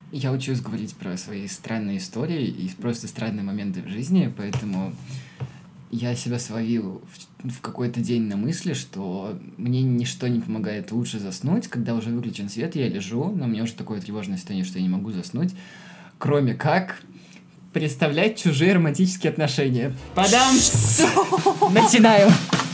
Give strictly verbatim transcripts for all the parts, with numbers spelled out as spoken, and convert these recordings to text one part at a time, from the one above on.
Я учусь говорить про свои странные истории и просто странные моменты в жизни, поэтому я себя словил в, в какой-то день на мысли, что мне ничто не помогает лучше заснуть, когда уже выключен свет, я лежу, но у меня уже такое тревожное состояние, что я не могу заснуть, кроме как представлять чужие романтические отношения. Падам! Начинаю!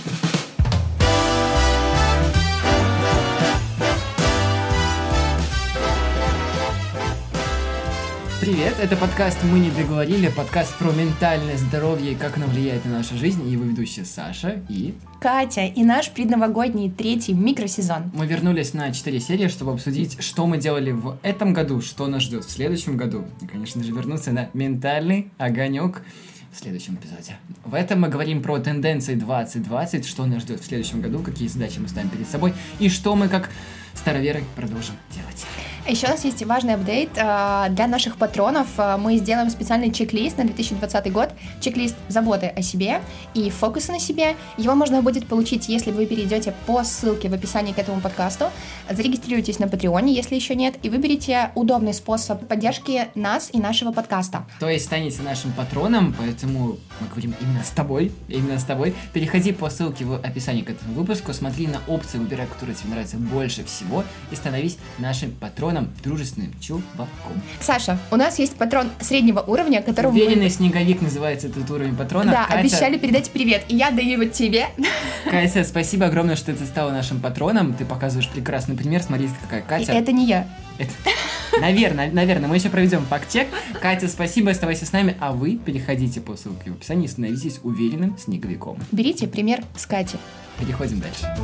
Привет, это подкаст «Мы не договорили», подкаст про ментальное здоровье и как оно влияет на нашу жизнь. И его ведущие Саша и... Катя, и наш предновогодний третий микросезон. Мы вернулись на четыре серии, чтобы обсудить, что мы делали в этом году, что нас ждет в следующем году. И, конечно же, вернуться на ментальный огонек в следующем эпизоде. В этом мы говорим про тенденции двадцать двадцать, что нас ждет в следующем году, какие задачи мы ставим перед собой и что мы как староверы продолжим делать. Еще у нас есть важный апдейт э, для наших патронов. Э, мы сделаем специальный чек-лист на две тысячи двадцатый год. Чек-лист заботы о себе и фокуса на себе. Его можно будет получить, если вы перейдете по ссылке в описании к этому подкасту. Зарегистрируйтесь на Патреоне, если еще нет, и выберите удобный способ поддержки нас и нашего подкаста. То есть станете нашим патроном, поэтому мы говорим именно с тобой, именно с тобой. Переходи по ссылке в описании к этому выпуску, смотри на опции, выбирай, которые тебе нравятся больше всего, и становись нашим патроном, дружественным чуваком. Саша, у нас есть патрон среднего уровня, которого Уверенный мы... снеговик называется этот уровень патрона. Да, Катя... обещали передать привет, и я даю его тебе. Катя, спасибо огромное, что ты стала нашим патроном. Ты показываешь прекрасный пример. Смотри, какая Катя. И это не я. Это... Наверное, наверное, мы еще проведем факт-чек. Катя, спасибо, оставайся с нами, а вы переходите по ссылке в описании и становитесь уверенным снеговиком. Берите пример с Кати. Переходим дальше.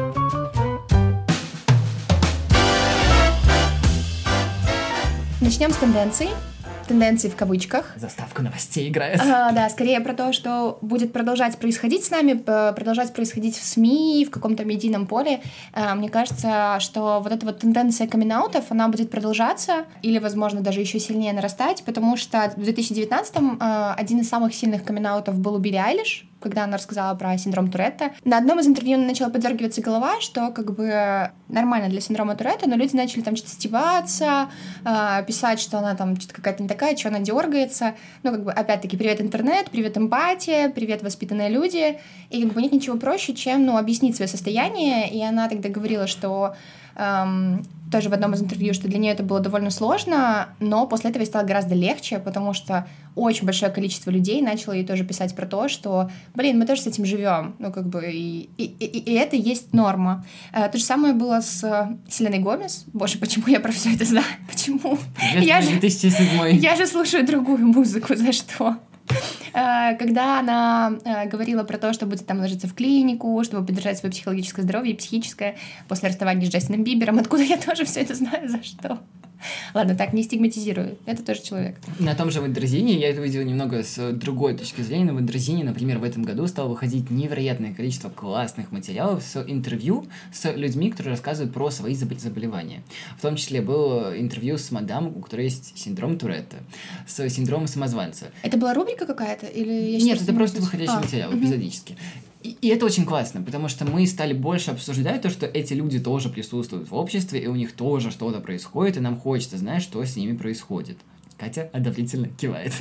Начнем с тенденций. Тенденции в кавычках. Заставка новостей играет. А, да, скорее про то, что будет продолжать происходить с нами, продолжать происходить в СМИ, в каком-то медийном поле. А, мне кажется, что вот эта вот тенденция камин-аутов, она будет продолжаться или, возможно, даже еще сильнее нарастать, потому что в две тысячи девятнадцатом а, один из самых сильных камин-аутов был у Билли Айлиш, когда она рассказала про синдром Туретта. На одном из интервью начала подергиваться голова, что как бы нормально для синдрома Туретта, но люди начали там что-то стебаться, э, писать, что она там что-то какая-то не такая, что она дергается. Ну, как бы, опять-таки, привет интернет, привет эмпатия, привет воспитанные люди. И как бы нет ничего проще, чем, ну, объяснить свое состояние. И она тогда говорила, что эм, тоже в одном из интервью, что для нее это было довольно сложно, но после этого ей стало гораздо легче, потому что очень большое количество людей начало ей тоже писать про то, что, блин, мы тоже с этим живем, ну, как бы, и, и, и, и это есть норма. А, то же самое было с Селеной Гомес. Боже, почему я про все это знаю? Почему? Я же, две тысячи седьмой. Я же слушаю другую музыку, за что? Когда она говорила про то, что будет там ложиться в клинику, чтобы поддержать свое психологическое здоровье и психическое после расставания с Джастином Бибером, откуда я тоже все это знаю, за что? Ладно, так, не стигматизирую. Это тоже человек. На том же Вандерзине, я это увидел немного с другой точки зрения, на Вандерзине, например, в этом году стало выходить невероятное количество классных материалов с интервью с людьми, которые рассказывают про свои заболевания. В том числе было интервью с мадам, у которой есть синдром Туретта, с синдромом самозванца. Это была рубрика какая-то? Или я Нет, это просто выходящий а, материал, угу. эпизодически. И, и это очень классно, потому что мы стали больше обсуждать то, что эти люди тоже присутствуют в обществе, и у них тоже что-то происходит, и нам хочется знать, что с ними происходит. Катя одобрительно кивает.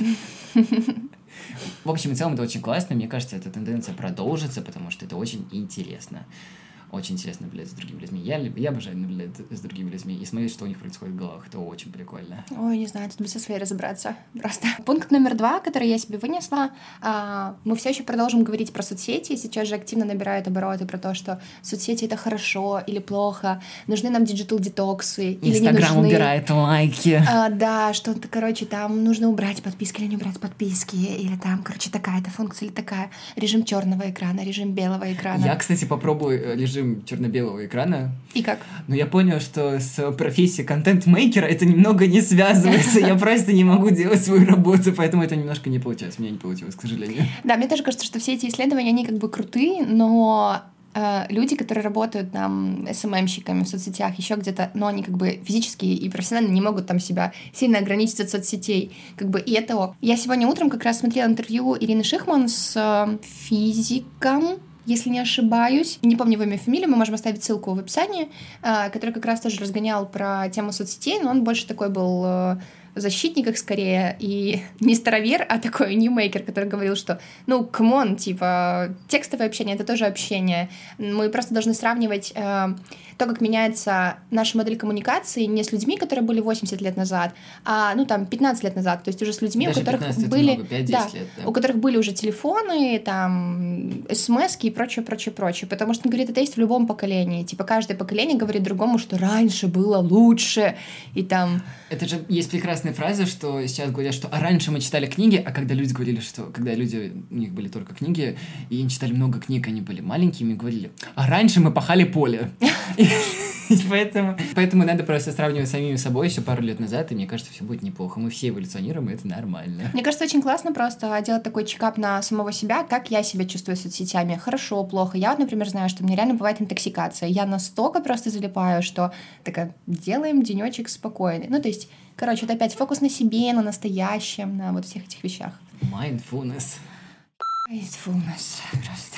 В общем и целом, это очень классно. Мне кажется, эта тенденция продолжится, потому что это очень интересно. Очень интересно наблюдать за другими людьми. Я, я обожаю наблюдать за другими людьми и смотреть, что у них происходит в головах. Это очень прикольно. Ой, не знаю, тут бы со своей разобраться. Просто. Пункт номер два, который я себе вынесла. Мы все еще продолжим говорить про соцсети. Сейчас же активно набирают обороты про то, что соцсети — это хорошо или плохо. Нужны нам диджитал-детоксы или не нужны. Инстаграм убирает лайки. А, да, что-то, короче, там нужно убрать подписки или не убрать подписки. Или там, короче, такая-то функция или такая. Режим черного экрана, режим белого экрана. Я, кстати, попробую режим черно-белого экрана. И как? Но я понял, что с профессией контент-мейкера это немного не связывается. Я просто не могу делать свою работу, поэтому это немножко не получилось. У меня не получилось, к сожалению. Да, мне тоже кажется, что все эти исследования, они как бы крутые, но э, люди, которые работают там эс эм эм-щиками в соцсетях, еще где-то, но они как бы физически и профессионально не могут там себя сильно ограничить от соцсетей. Как бы и это ок. Я сегодня утром как раз смотрела интервью Ирины Шихман с э, физиком, если не ошибаюсь, не помню его имя и фамилию, мы можем оставить ссылку в описании, который как раз тоже разгонял про тему соцсетей, но он больше такой был в защитниках скорее, и не старовер, а такой ньюмейкер, который говорил, что, ну, камон, типа, текстовое общение — это тоже общение. Мы просто должны сравнивать э, то, как меняется наша модель коммуникации не с людьми, которые были восемьдесят лет назад, а, ну, там, пятнадцать лет назад, то есть уже с людьми, даже у которых были... много, пять-десять да, лет, да. у которых были уже телефоны, там, смски и прочее, прочее, прочее. Потому что, он говорит, это есть в любом поколении. Типа, каждое поколение говорит другому, что раньше было лучше, и там... Это же есть прекрасная фраза, что сейчас говорят, что а раньше мы читали книги, а когда люди говорили, что когда люди, у них были только книги, и они читали много книг, они были маленькими, говорили, а раньше мы пахали поле. Поэтому, поэтому надо просто сравнивать с самими собой еще пару лет назад, и мне кажется, все будет неплохо. Мы все эволюционируем, и это нормально. Мне кажется, очень классно просто делать такой чекап на самого себя, как я себя чувствую с соцсетями. Хорошо, плохо. Я вот, например, знаю, что у меня реально бывает интоксикация. Я настолько просто залипаю, что такая, делаем денечек спокойный. Ну, то есть, короче, это опять фокус на себе, на настоящем, на вот всех этих вещах. Mindfulness. Mindfulness просто.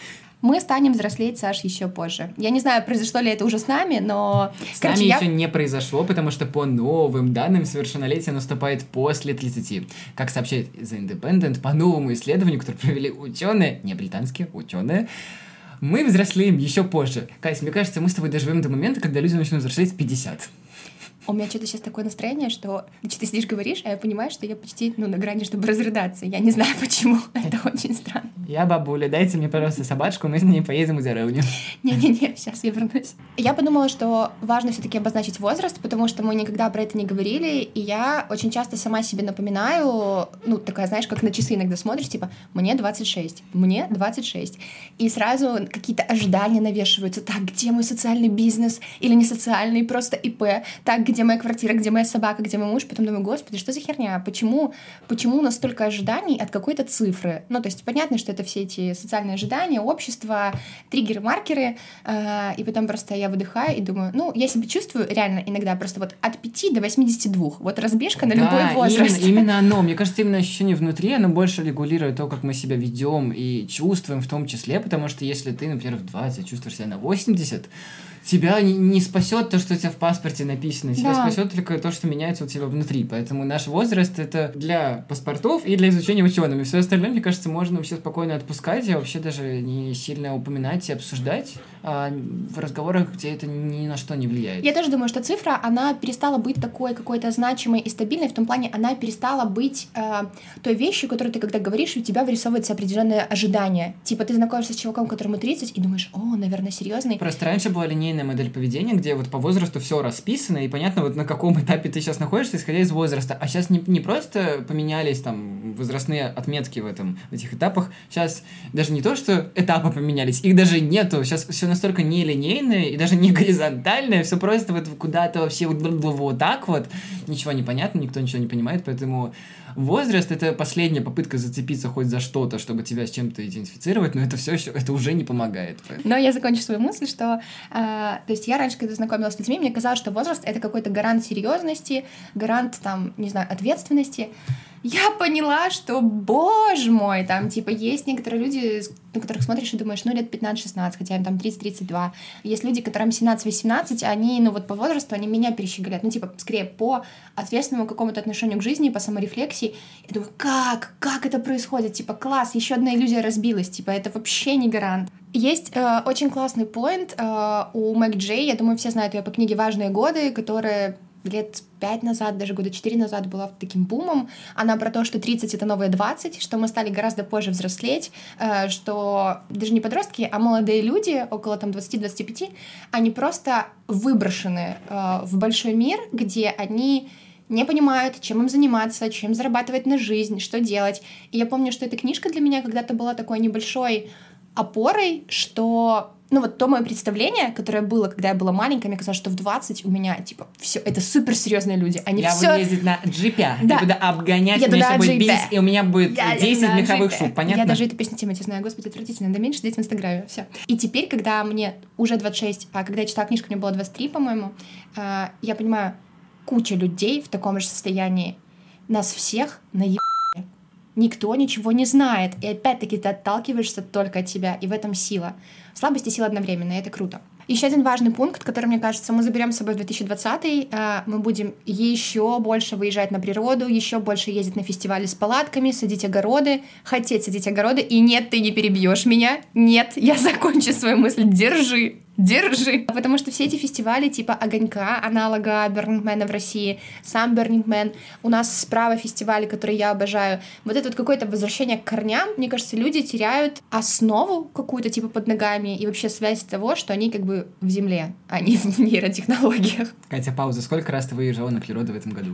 Мы станем взрослеть, Саш, еще позже. Я не знаю, произошло ли это уже с нами, но... С Короче, нами я... еще не произошло, потому что по новым данным совершеннолетие наступает после тридцати. Как сообщает The Independent, по новому исследованию, которое провели ученые, не британские, ученые, мы взрослеем еще позже. Кась, мне кажется, мы с тобой доживем до момента, когда люди начнут взрослеть в пятьдесят. У меня что-то сейчас такое настроение, что значит, ты сидишь, говоришь, а я понимаю, что я почти ну, на грани, чтобы разрыдаться. Я не знаю, почему. Это очень странно. Я бабуля, дайте мне, пожалуйста, собачку, мы с ней поедем в деревню. Не-не-не, сейчас я вернусь. Я подумала, что важно все-таки обозначить возраст, потому что мы никогда про это не говорили, и я очень часто сама себе напоминаю, ну, такая, знаешь, как на часы иногда смотришь, типа, мне двадцать шесть, мне двадцать шесть. И сразу какие-то ожидания навешиваются. Так, где мой социальный бизнес? Или не социальный, просто ИП? Так, где моя квартира, где моя собака, где мой муж? Потом думаю, господи, что за херня? Почему, почему у нас столько ожиданий от какой-то цифры? Ну, то есть понятно, что это все эти социальные ожидания, общество, триггеры, маркеры, э, и потом просто я выдыхаю и думаю, ну, я себя чувствую реально иногда просто вот от пяти до восьмидесяти двух, вот разбежка на да, любой возраст. Именно, именно оно, мне кажется, именно ощущение внутри, оно больше регулирует то, как мы себя ведем и чувствуем в том числе, потому что если ты, например, в двадцать чувствуешь себя на восемьдесят, тебя не, не спасет то, что у тебя в паспорте написано, тебя Да. спасет только то, что меняется у тебя внутри. Поэтому наш возраст — это для паспортов и для изучения учеными. Все остальное, мне кажется, можно вообще спокойно отпускать и вообще даже не сильно упоминать и обсуждать а в разговорах, где это ни на что не влияет. Я тоже думаю, что цифра, она перестала быть такой какой-то значимой и стабильной, в том плане, она перестала быть э, той вещью, которую ты когда говоришь, и у тебя вырисовывается определенное ожидание. Типа ты знакомишься с чуваком, которому тридцать, и думаешь, о, наверное, серьезный. Просто раньше была линейная модель поведения, где вот по возрасту все расписано, и понятно, вот на каком этапе ты сейчас находишься, исходя из возраста. А сейчас не, не просто поменялись там возрастные отметки в, этом, в этих этапах, сейчас даже не то, что этапы поменялись, их даже нету, сейчас все настолько нелинейное и даже не горизонтальное, все просто вот куда-то вообще вот, вот так вот, ничего не понятно, никто ничего не понимает, поэтому возраст — это последняя попытка зацепиться хоть за что-то, чтобы тебя с чем-то идентифицировать, но это все еще, это уже не помогает. Но я закончу свою мысль, что, э, то есть я раньше, когда знакомилась с людьми, мне казалось, что возраст — это какой-то гарант серьезности, гарант, там, не знаю, ответственности. Я поняла, что, боже мой, там, типа, есть некоторые люди, на которых смотришь и думаешь, ну, лет пятнадцать-шестнадцать, хотя им там тридцать-тридцать два. Есть люди, которым семнадцать-восемнадцать, они, ну, вот по возрасту, они меня перещеголяют. Ну, типа, скорее, по ответственному какому-то отношению к жизни, по саморефлексии. Я думаю, как? Как это происходит? Типа, класс, еще одна иллюзия разбилась. Типа, это вообще не гарант. Есть э, очень классный поинт э, у Мэг Джей, я думаю, все знают ее по книге «Важные годы», которая лет пять назад, даже года четыре назад была таким бумом. Она про то, что тридцать — это новые двадцать, что мы стали гораздо позже взрослеть, что даже не подростки, а молодые люди, около там двадцати-двадцати пяти, они просто выброшены в большой мир, где они не понимают, чем им заниматься, чем зарабатывать на жизнь, что делать. И я помню, что эта книжка для меня когда-то была такой небольшой опорой, что... Ну вот то мое представление, которое было, когда я была маленькая, мне казалось, что в двадцать у меня, типа, все это суперсерьезные люди. Они я все... буду ездить на джипе, Да. я буду обгонять, Я у меня туда еще будет джипе. бис, и у меня будет Я десять еду на меховых джипе. шуб, понятно? Я даже эту песню Тимати знаю, господи, отвратительно, надо меньше сидеть в Инстаграме, все. И теперь, когда мне уже двадцать шесть, а когда я читала книжку, мне было двадцать три, по-моему, э, я понимаю, куча людей в таком же состоянии, нас всех наебали. никто ничего не знает. И опять-таки ты отталкиваешься только от себя, и в этом сила. Слабость и сила одновременно, и это круто. Еще один важный пункт, который, мне кажется, мы заберем с собой в две тысячи двадцатый. Мы будем еще больше выезжать на природу, еще больше ездить на фестивали с палатками, садить огороды, хотеть садить огороды. И нет, ты не перебьешь меня. Нет, я закончу свою мысль. Держи. Держи! Потому что все эти фестивали типа «Огонька», аналога Burning Man в России, сам Burning Man, у нас справа фестивали, которые я обожаю. Вот это вот какое-то возвращение к корням, мне кажется, люди теряют основу какую-то типа под ногами и вообще связь того, что они как бы в земле, а не в нейротехнологиях. Катя, пауза. Сколько раз ты выезжала на природу в этом году?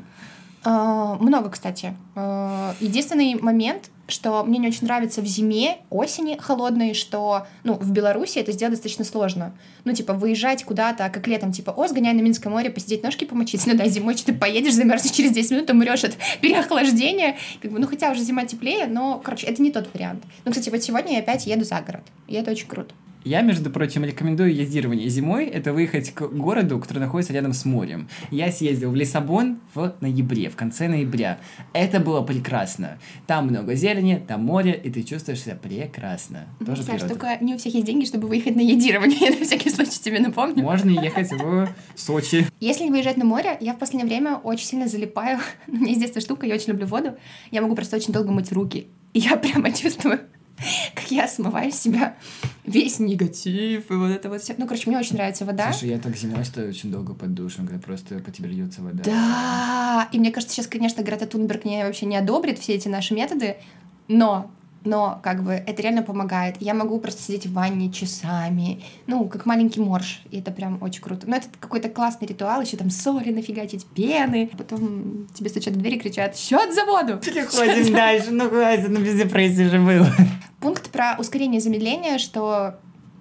Uh, много, кстати. Uh, единственный момент, что мне не очень нравится в зиме, осени холодной, что, ну, в Беларуси это сделать достаточно сложно. Ну, типа, выезжать куда-то, как летом, типа, о, сгоняй на Минское море, посидеть, ножки помочить. Ну да, зимой что ты поедешь, замерзнешь через десять минут, умрешь от переохлаждения. Как бы, ну, хотя уже зима теплее, но, короче, это не тот вариант. Ну, кстати, вот сегодня я опять еду за город, и это очень круто. Я, между прочим, рекомендую ездирование зимой. Это выехать к городу, который находится рядом с морем. Я съездил в Лиссабон в ноябре, в конце ноября. Это было прекрасно. Там много зелени, там море, и ты чувствуешь себя прекрасно. Тоже Саш, природа. только не у всех есть деньги, чтобы выехать на едирование. Я на всякий случай тебе напомню. Можно ехать в Сочи. Если выезжать на море, я в последнее время очень сильно залипаю. У меня есть детства штука, я очень люблю воду. Я могу просто очень долго мыть руки. И я прямо чувствую, как я смываю с себя весь негатив и вот это вот все. Ну, короче, мне очень нравится вода. Слушай, я так зимой стою очень долго под душем, когда просто по тебе льется вода. Да, и мне кажется, сейчас, конечно, Грета Тунберг мне вообще не одобрит все эти наши методы, но... Но, как бы, это реально помогает. Я могу просто сидеть в ванне часами, ну, как маленький морж, и это прям очень круто. Но это какой-то классный ритуал, еще там соли нафигачить, пены, потом тебе стучат в дверь и кричат «Счет за воду!» Переходим дальше, ну, хватит, ну, без депрессии же было. Пункт про ускорение и замедление, что...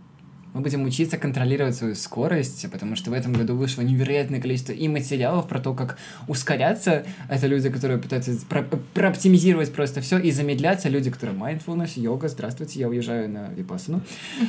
Мы будем учиться контролировать свою скорость, потому что в этом году вышло невероятное количество и материалов про то, как ускоряться. Это люди, которые пытаются про- прооптимизировать просто все, и замедляться. Люди, которые mindfulness, йога, здравствуйте, я уезжаю на випассану.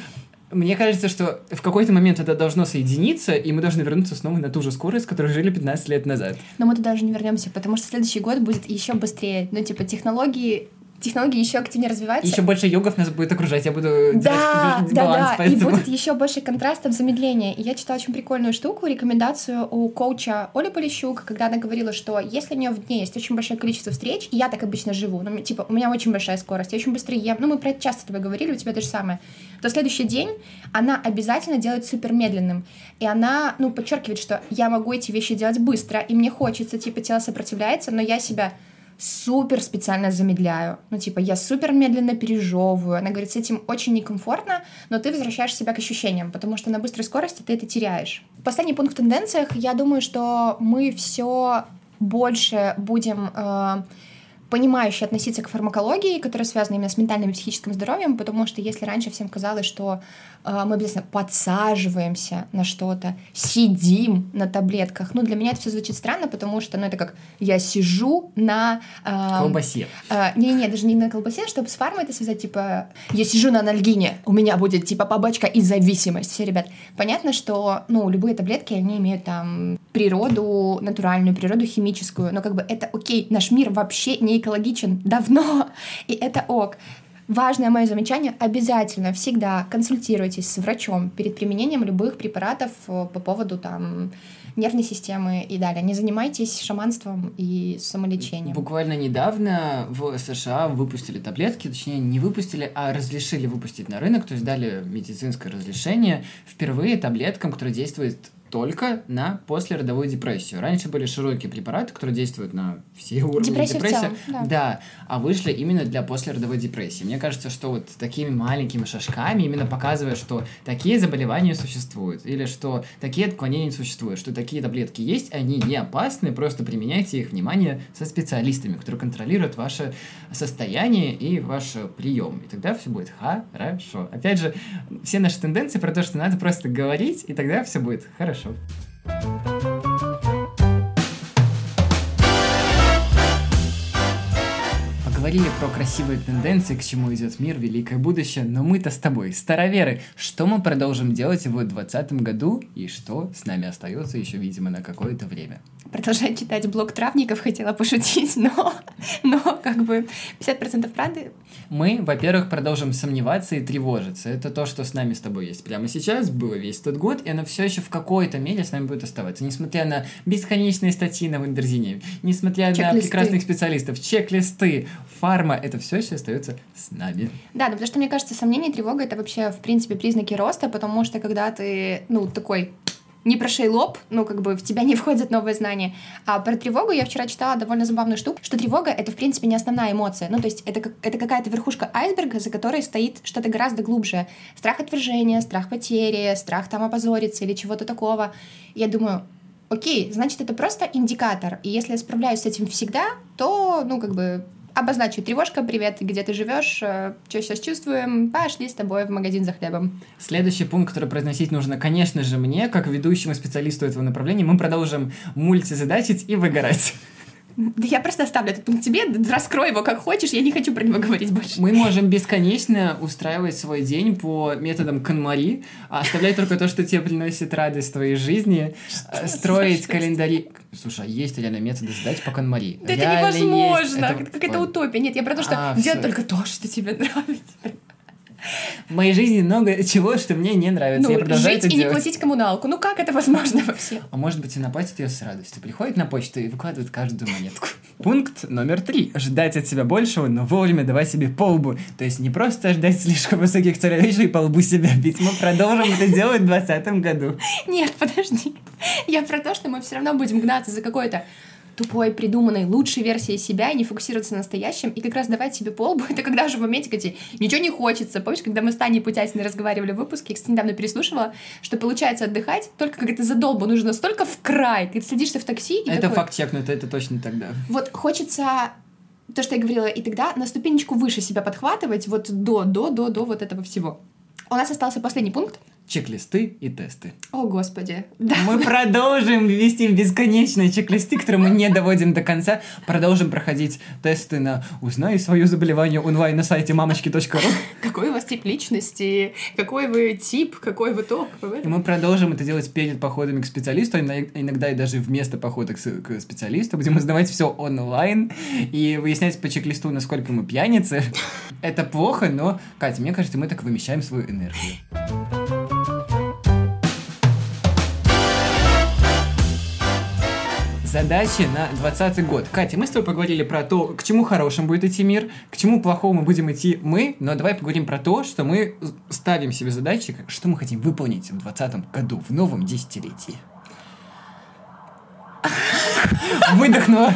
Мне кажется, что в какой-то момент это должно соединиться, и мы должны вернуться снова на ту же скорость, с которой жили пятнадцать лет назад. Но мы туда даже не вернемся, потому что следующий год будет еще быстрее. Ну, типа, технологии... Технологии еще активнее развиваются. Еще больше йогов нас будет окружать, я буду да, делать да, баланс, да. поэтому... И будет еще больше контрастов, замедления. И я читала очень прикольную штуку, рекомендацию у коуча Оли Полищук, когда она говорила, что если у нее в дне есть очень большое количество встреч, и я так обычно живу, ну, типа, у меня очень большая скорость, я очень быстро ем, ну, мы про это часто с тобой говорили, у тебя то же самое, то следующий день она обязательно делает супер медленным. И она, ну, подчеркивает, что я могу эти вещи делать быстро, и мне хочется, типа, тело сопротивляется, но я себя... супер специально замедляю. Ну, типа, я супер медленно пережевываю. Она говорит, с этим очень некомфортно, но ты возвращаешь себя к ощущениям, потому что на быстрой скорости ты это теряешь. Последний пункт в тенденциях. Я думаю, что мы все больше будем э, понимающе относиться к фармакологии, которая связана именно с ментальным и психическим здоровьем, потому что если раньше всем казалось, что э, мы обязательно подсаживаемся на что-то, сидим на таблетках, ну, для меня это все звучит странно, потому что, ну, это как я сижу на... Э, колбасе. Э, Не-не, даже не на колбасе, чтобы с фармой это связать, типа, я сижу на анальгине, у меня будет, типа, побочка и зависимость. Все, ребят, понятно, что, ну, любые таблетки, они имеют там природу натуральную, природу химическую, но как бы это окей, наш мир вообще не экологичен давно, и это ок. Важное мое замечание: обязательно всегда консультируйтесь с врачом перед применением любых препаратов по поводу там нервной системы и далее. Не занимайтесь шаманством и самолечением. Буквально недавно в США выпустили таблетки, точнее не выпустили, а разрешили выпустить на рынок, то есть дали медицинское разрешение впервые таблеткам, которые действуют только на послеродовую депрессию. Раньше были широкие препараты, которые действуют на все уровни депрессии. депрессии. В целом, да. да, а вышли именно для послеродовой депрессии. Мне кажется, что вот такими маленькими шажками, именно показывая, что такие заболевания существуют, или что такие отклонения существуют, что такие таблетки есть, они не опасны, просто применяйте их, внимание, со специалистами, которые контролируют ваше состояние и ваш прием. И тогда все будет хорошо. Опять же, все наши тенденции про то, что надо просто говорить, и тогда все будет хорошо. Поговорили про красивые тенденции, к чему идет мир, великое будущее, но мы-то с тобой, староверы, что мы продолжим делать в двадцатом году и что с нами остается еще, видимо, на какое-то время? продолжать читать блог травников, хотела пошутить, но, но как бы пятьдесят процентов правды. Мы, во-первых, продолжим сомневаться и тревожиться. Это то, что с нами с тобой есть прямо сейчас, было весь тот год, и оно все еще в какой-то мере с нами будет оставаться. Несмотря на бесконечные статьи на Виндерзине, несмотря чек-листы. На прекрасных специалистов, чек-листы, фарма, это все еще остается с нами. Да, ну потому что, мне кажется, сомнение и тревога — это вообще, в принципе, признаки роста, потому что когда ты, ну, такой... не прошей лоб, ну, как бы в тебя не входят новые знания. А про тревогу я вчера читала довольно забавную штуку, что тревога — это, в принципе, не основная эмоция. Ну, то есть это, как, это какая-то верхушка айсберга, за которой стоит что-то гораздо глубже. Страх отвержения, страх потери, страх там опозориться или чего-то такого. Я думаю, окей, значит, это просто индикатор. И если я справляюсь с этим всегда, то, ну, как бы... обозначу: тревожка, привет, где ты живешь, что сейчас чувствуем, пошли с тобой в магазин за хлебом. Следующий пункт, который произносить нужно, конечно же, мне, как ведущему специалисту этого направления. Мы продолжим мультизадачить и выгорать. Да я просто оставлю этот пункт тебе, раскрой его как хочешь, я не хочу про него говорить больше. Мы можем бесконечно устраивать свой день по методам Кон-Мари, оставлять только то, что тебе приносит радость в твоей жизни, что строить календари. Слушай, а есть реально методы задач по Кон-Мари? Да это невозможно, это... как это утопия. Нет, я про то, что а, делать все. Только то, что тебе нравится. В моей жизни много чего, что мне не нравится. Ну, я продолжаю жить это и делать. Не платить коммуналку. Ну как это возможно вообще? А может быть, и наплатит ее с радостью. Приходит на почту и выкладывает каждую монетку. Пункт номер три. Ждать от себя большего, но вовремя давать себе по лбу. То есть не просто ждать слишком высоких целей и по лбу себя бить. Мы продолжим это делать в двадцатом году. Нет, подожди. Я про то, что мы все равно будем гнаться за какой-то тупой, придуманной, лучшей версией себя и не фокусироваться на настоящем, и как раз давать себе по лбу, это когда уже в моменте, когда тебе ничего не хочется. Помнишь, когда мы с Таней Путятиной разговаривали в выпуске, я, кстати, недавно переслушивала, что получается отдыхать только когда ты задолбан, нужно настолько в край, ты садишься в такси и это такой... факт-чек, но это, это точно тогда. Вот хочется... То, что я говорила, и тогда на ступенечку выше себя подхватывать, вот до, до, до, до вот этого всего. У нас остался последний пункт. Чек-листы и тесты. О, Господи. Да. Мы продолжим вести бесконечные чек-листы, которые мы не доводим до конца. Продолжим проходить тесты на «Узнай свое заболевание онлайн на сайте мамочки точка ру». Какой у вас тип личности? Какой вы тип? Какой вы то? И мы продолжим это делать перед походами к специалисту, иногда и даже вместо похода к специалисту. Будем узнавать все онлайн и выяснять по чек-листу, насколько мы пьяницы. Это плохо, но, Катя, мне кажется, мы так вымещаем свою энергию. Задачи на двадцатый год. Катя, мы с тобой поговорили про то, к чему хорошему будет идти мир, к чему плохому будем идти мы, но давай поговорим про то, что мы ставим себе задачи, что мы хотим выполнить в двадцатом году, в новом десятилетии. Выдохнула.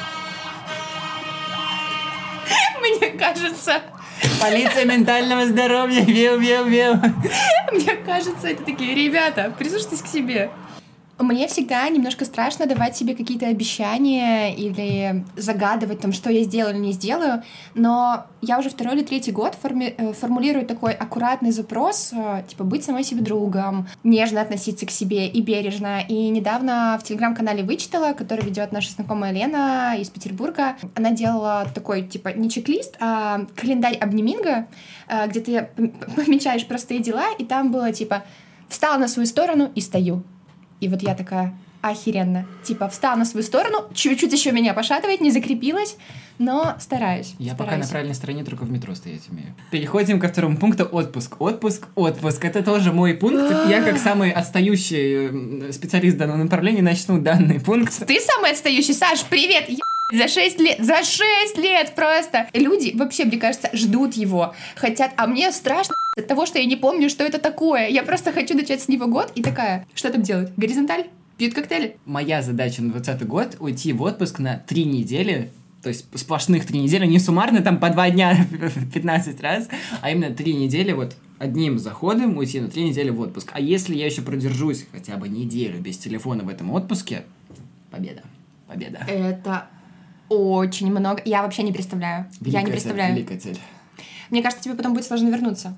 Мне кажется... Полиция ментального здоровья, вел-вел-вел. Мне кажется, это такие: ребята, прислушайтесь к себе. Мне всегда немножко страшно давать себе какие-то обещания или загадывать, там, что я сделаю или не сделаю, но я уже второй или третий год форми- формулирую такой аккуратный запрос, типа быть самой себе другом, нежно относиться к себе и бережно. И недавно в телеграм-канале «Вычитала», который ведет наша знакомая Лена из Петербурга, она делала такой, типа, не чек-лист, а календарь обниминга, где ты помечаешь простые дела, и там было, типа, «Встала на свою сторону и стою». И вот я такая: охеренно. Типа, встала на свою сторону, чуть-чуть еще меня пошатывает, не закрепилась, но стараюсь. Я стараюсь. Пока на правильной стороне, только в метро стоять умею. Переходим ко второму пункту: отпуск. Отпуск, отпуск. Это тоже мой пункт. Я, как самый отстающий специалист в данном направлении, начну данный пункт. Ты самый отстающий, Саш, привет! За шесть лет, за шесть лет просто! Люди вообще, мне кажется, ждут его, хотят, а мне страшно от того, что я не помню, что это такое. Я просто хочу начать с него год и такая: что там делать? Горизонталь? Пьют коктейли? Моя задача на двадцатый год — уйти в отпуск на три недели, то есть сплошных три недели, не суммарно там по два дня пятнадцать раз, а именно три недели вот одним заходом уйти на три недели в отпуск. А если я еще продержусь хотя бы неделю без телефона в этом отпуске, победа, победа. Это очень много. Я вообще не представляю. Великая я не представляю. Цель, великая цель. Мне кажется, тебе потом будет сложно вернуться.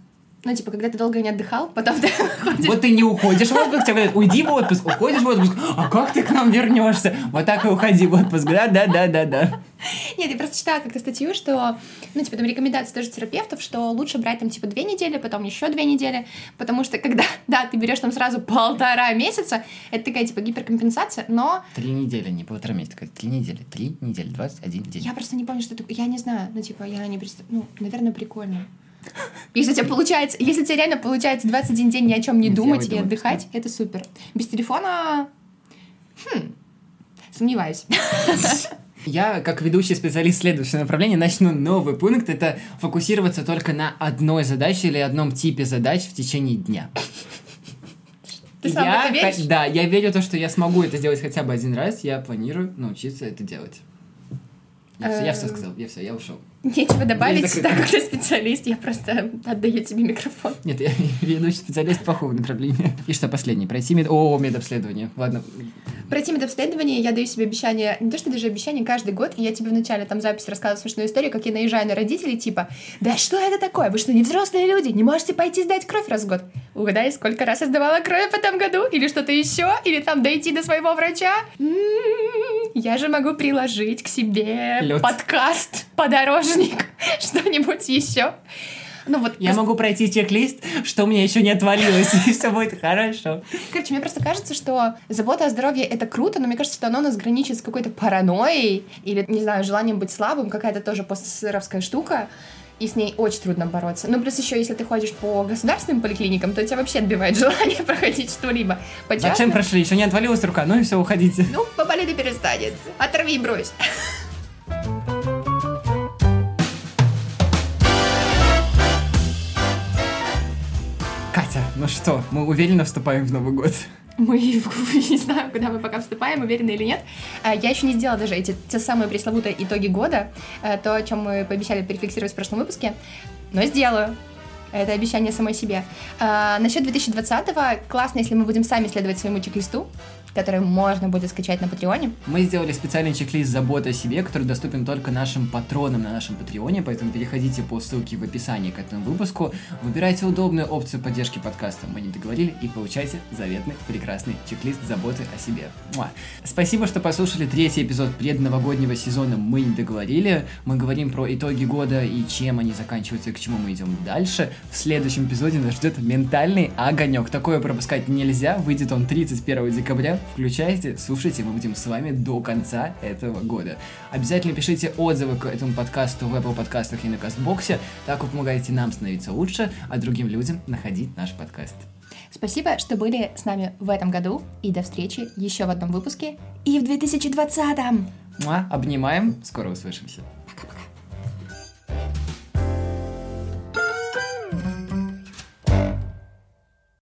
Ну, типа, когда ты долго не отдыхал, потом ты уходишь. Вот ты не уходишь в отпуск, тебе говорят, уйди в отпуск, уходишь в отпуск, а как ты к нам вернешься? Вот так и уходи в отпуск, да-да-да-да-да. Нет, я просто читала как-то статью, что, ну, типа, там рекомендации тоже терапевтов, что лучше брать там, типа, две недели, потом еще две недели, потому что, когда, да, ты берешь там сразу полтора месяца, это такая, типа, гиперкомпенсация, но... Три недели, не полтора месяца, три недели, три недели, двадцать один день. Я просто не помню, что это... Я не знаю, ну, типа, я не представляю, ну, наверное, прикольно. Если у тебя получается, если у тебя реально получается двадцать один день ни о чем не Нет, думать и думаю, отдыхать, да. это супер. Без телефона... Хм, сомневаюсь. Я, как ведущий специалист следующего направления, начну новый пункт. Это фокусироваться только на одной задаче или одном типе задач в течение дня. Ты сам я, в это веришь? Да, я верю в то, что я смогу это сделать хотя бы один раз. Я планирую научиться это делать. Я все, я все сказал, я все, я ушел. Нечего добавить, Дверь так как ты специалист, я просто отдаю тебе микрофон. Нет, я ведущий специалист плохого направления. И что последний? Пройти мед... О, медобследование. Ладно. Пройти медобследование, я даю себе обещание, не то что даже обещание, каждый год, и я тебе в начале там запись рассказывала смешную историю, как я наезжаю на родителей, типа, да что это такое? Вы что, не взрослые люди? Не можете пойти сдать кровь раз в год? Угадай, сколько раз я сдавала кровь в этом году? Или что-то еще? Или там дойти до своего врача? М-м-м, я же могу приложить к себе Лёд. подкаст, подорожник, что-нибудь еще. Ну, вот Я просто... могу пройти чек-лист, что у меня еще не отвалилось, и все будет хорошо. Короче, мне просто кажется, что забота о здоровье — это круто, но мне кажется, что оно у нас граничит с какой-то паранойей или, не знаю, желанием быть слабым, какая-то тоже постсоветская штука, и с ней очень трудно бороться. Ну, плюс еще, если ты ходишь по государственным поликлиникам, то тебя вообще отбивает желание проходить что-либо. По Зачем частным- прошли? Еще не отвалилась рука, ну и все, уходите. Ну, поболит и перестанет. Оторви и брось. Катя, ну что, мы уверенно вступаем в Новый год. Мы не знаю, куда мы пока вступаем, уверены или нет. А, Я еще не сделала даже эти те самые пресловутые итоги года, а, то, о чем мы пообещали перефиксировать в прошлом выпуске, но сделаю. Это обещание самой себе. А, насчет две тысячи двадцатого классно, если мы будем сами следовать своему чек-листу, который можно будет скачать на Патреоне. Мы сделали специальный чек-лист заботы о себе, который доступен только нашим патронам на нашем Патреоне, поэтому переходите по ссылке в описании к этому выпуску, выбирайте удобную опцию поддержки подкаста «Мы не договорили» и получайте заветный прекрасный чек-лист заботы о себе. Муа. Спасибо, что послушали третий эпизод предновогоднего сезона «Мы не договорили». Мы говорим про итоги года и чем они заканчиваются и к чему мы идем дальше. В следующем эпизоде нас ждет ментальный огонек. Такое пропускать нельзя, выйдет он тридцать первого декабря. Включайте, слушайте, мы будем с вами до конца этого года. Обязательно пишите отзывы к этому подкасту в Apple подкастах и на Кастбоксе. Так вы помогаете нам становиться лучше, а другим людям находить наш подкаст. Спасибо, что были с нами в этом году, и до встречи еще в одном выпуске и в две тысячи двадцатом. Муа, обнимаем, скоро услышимся.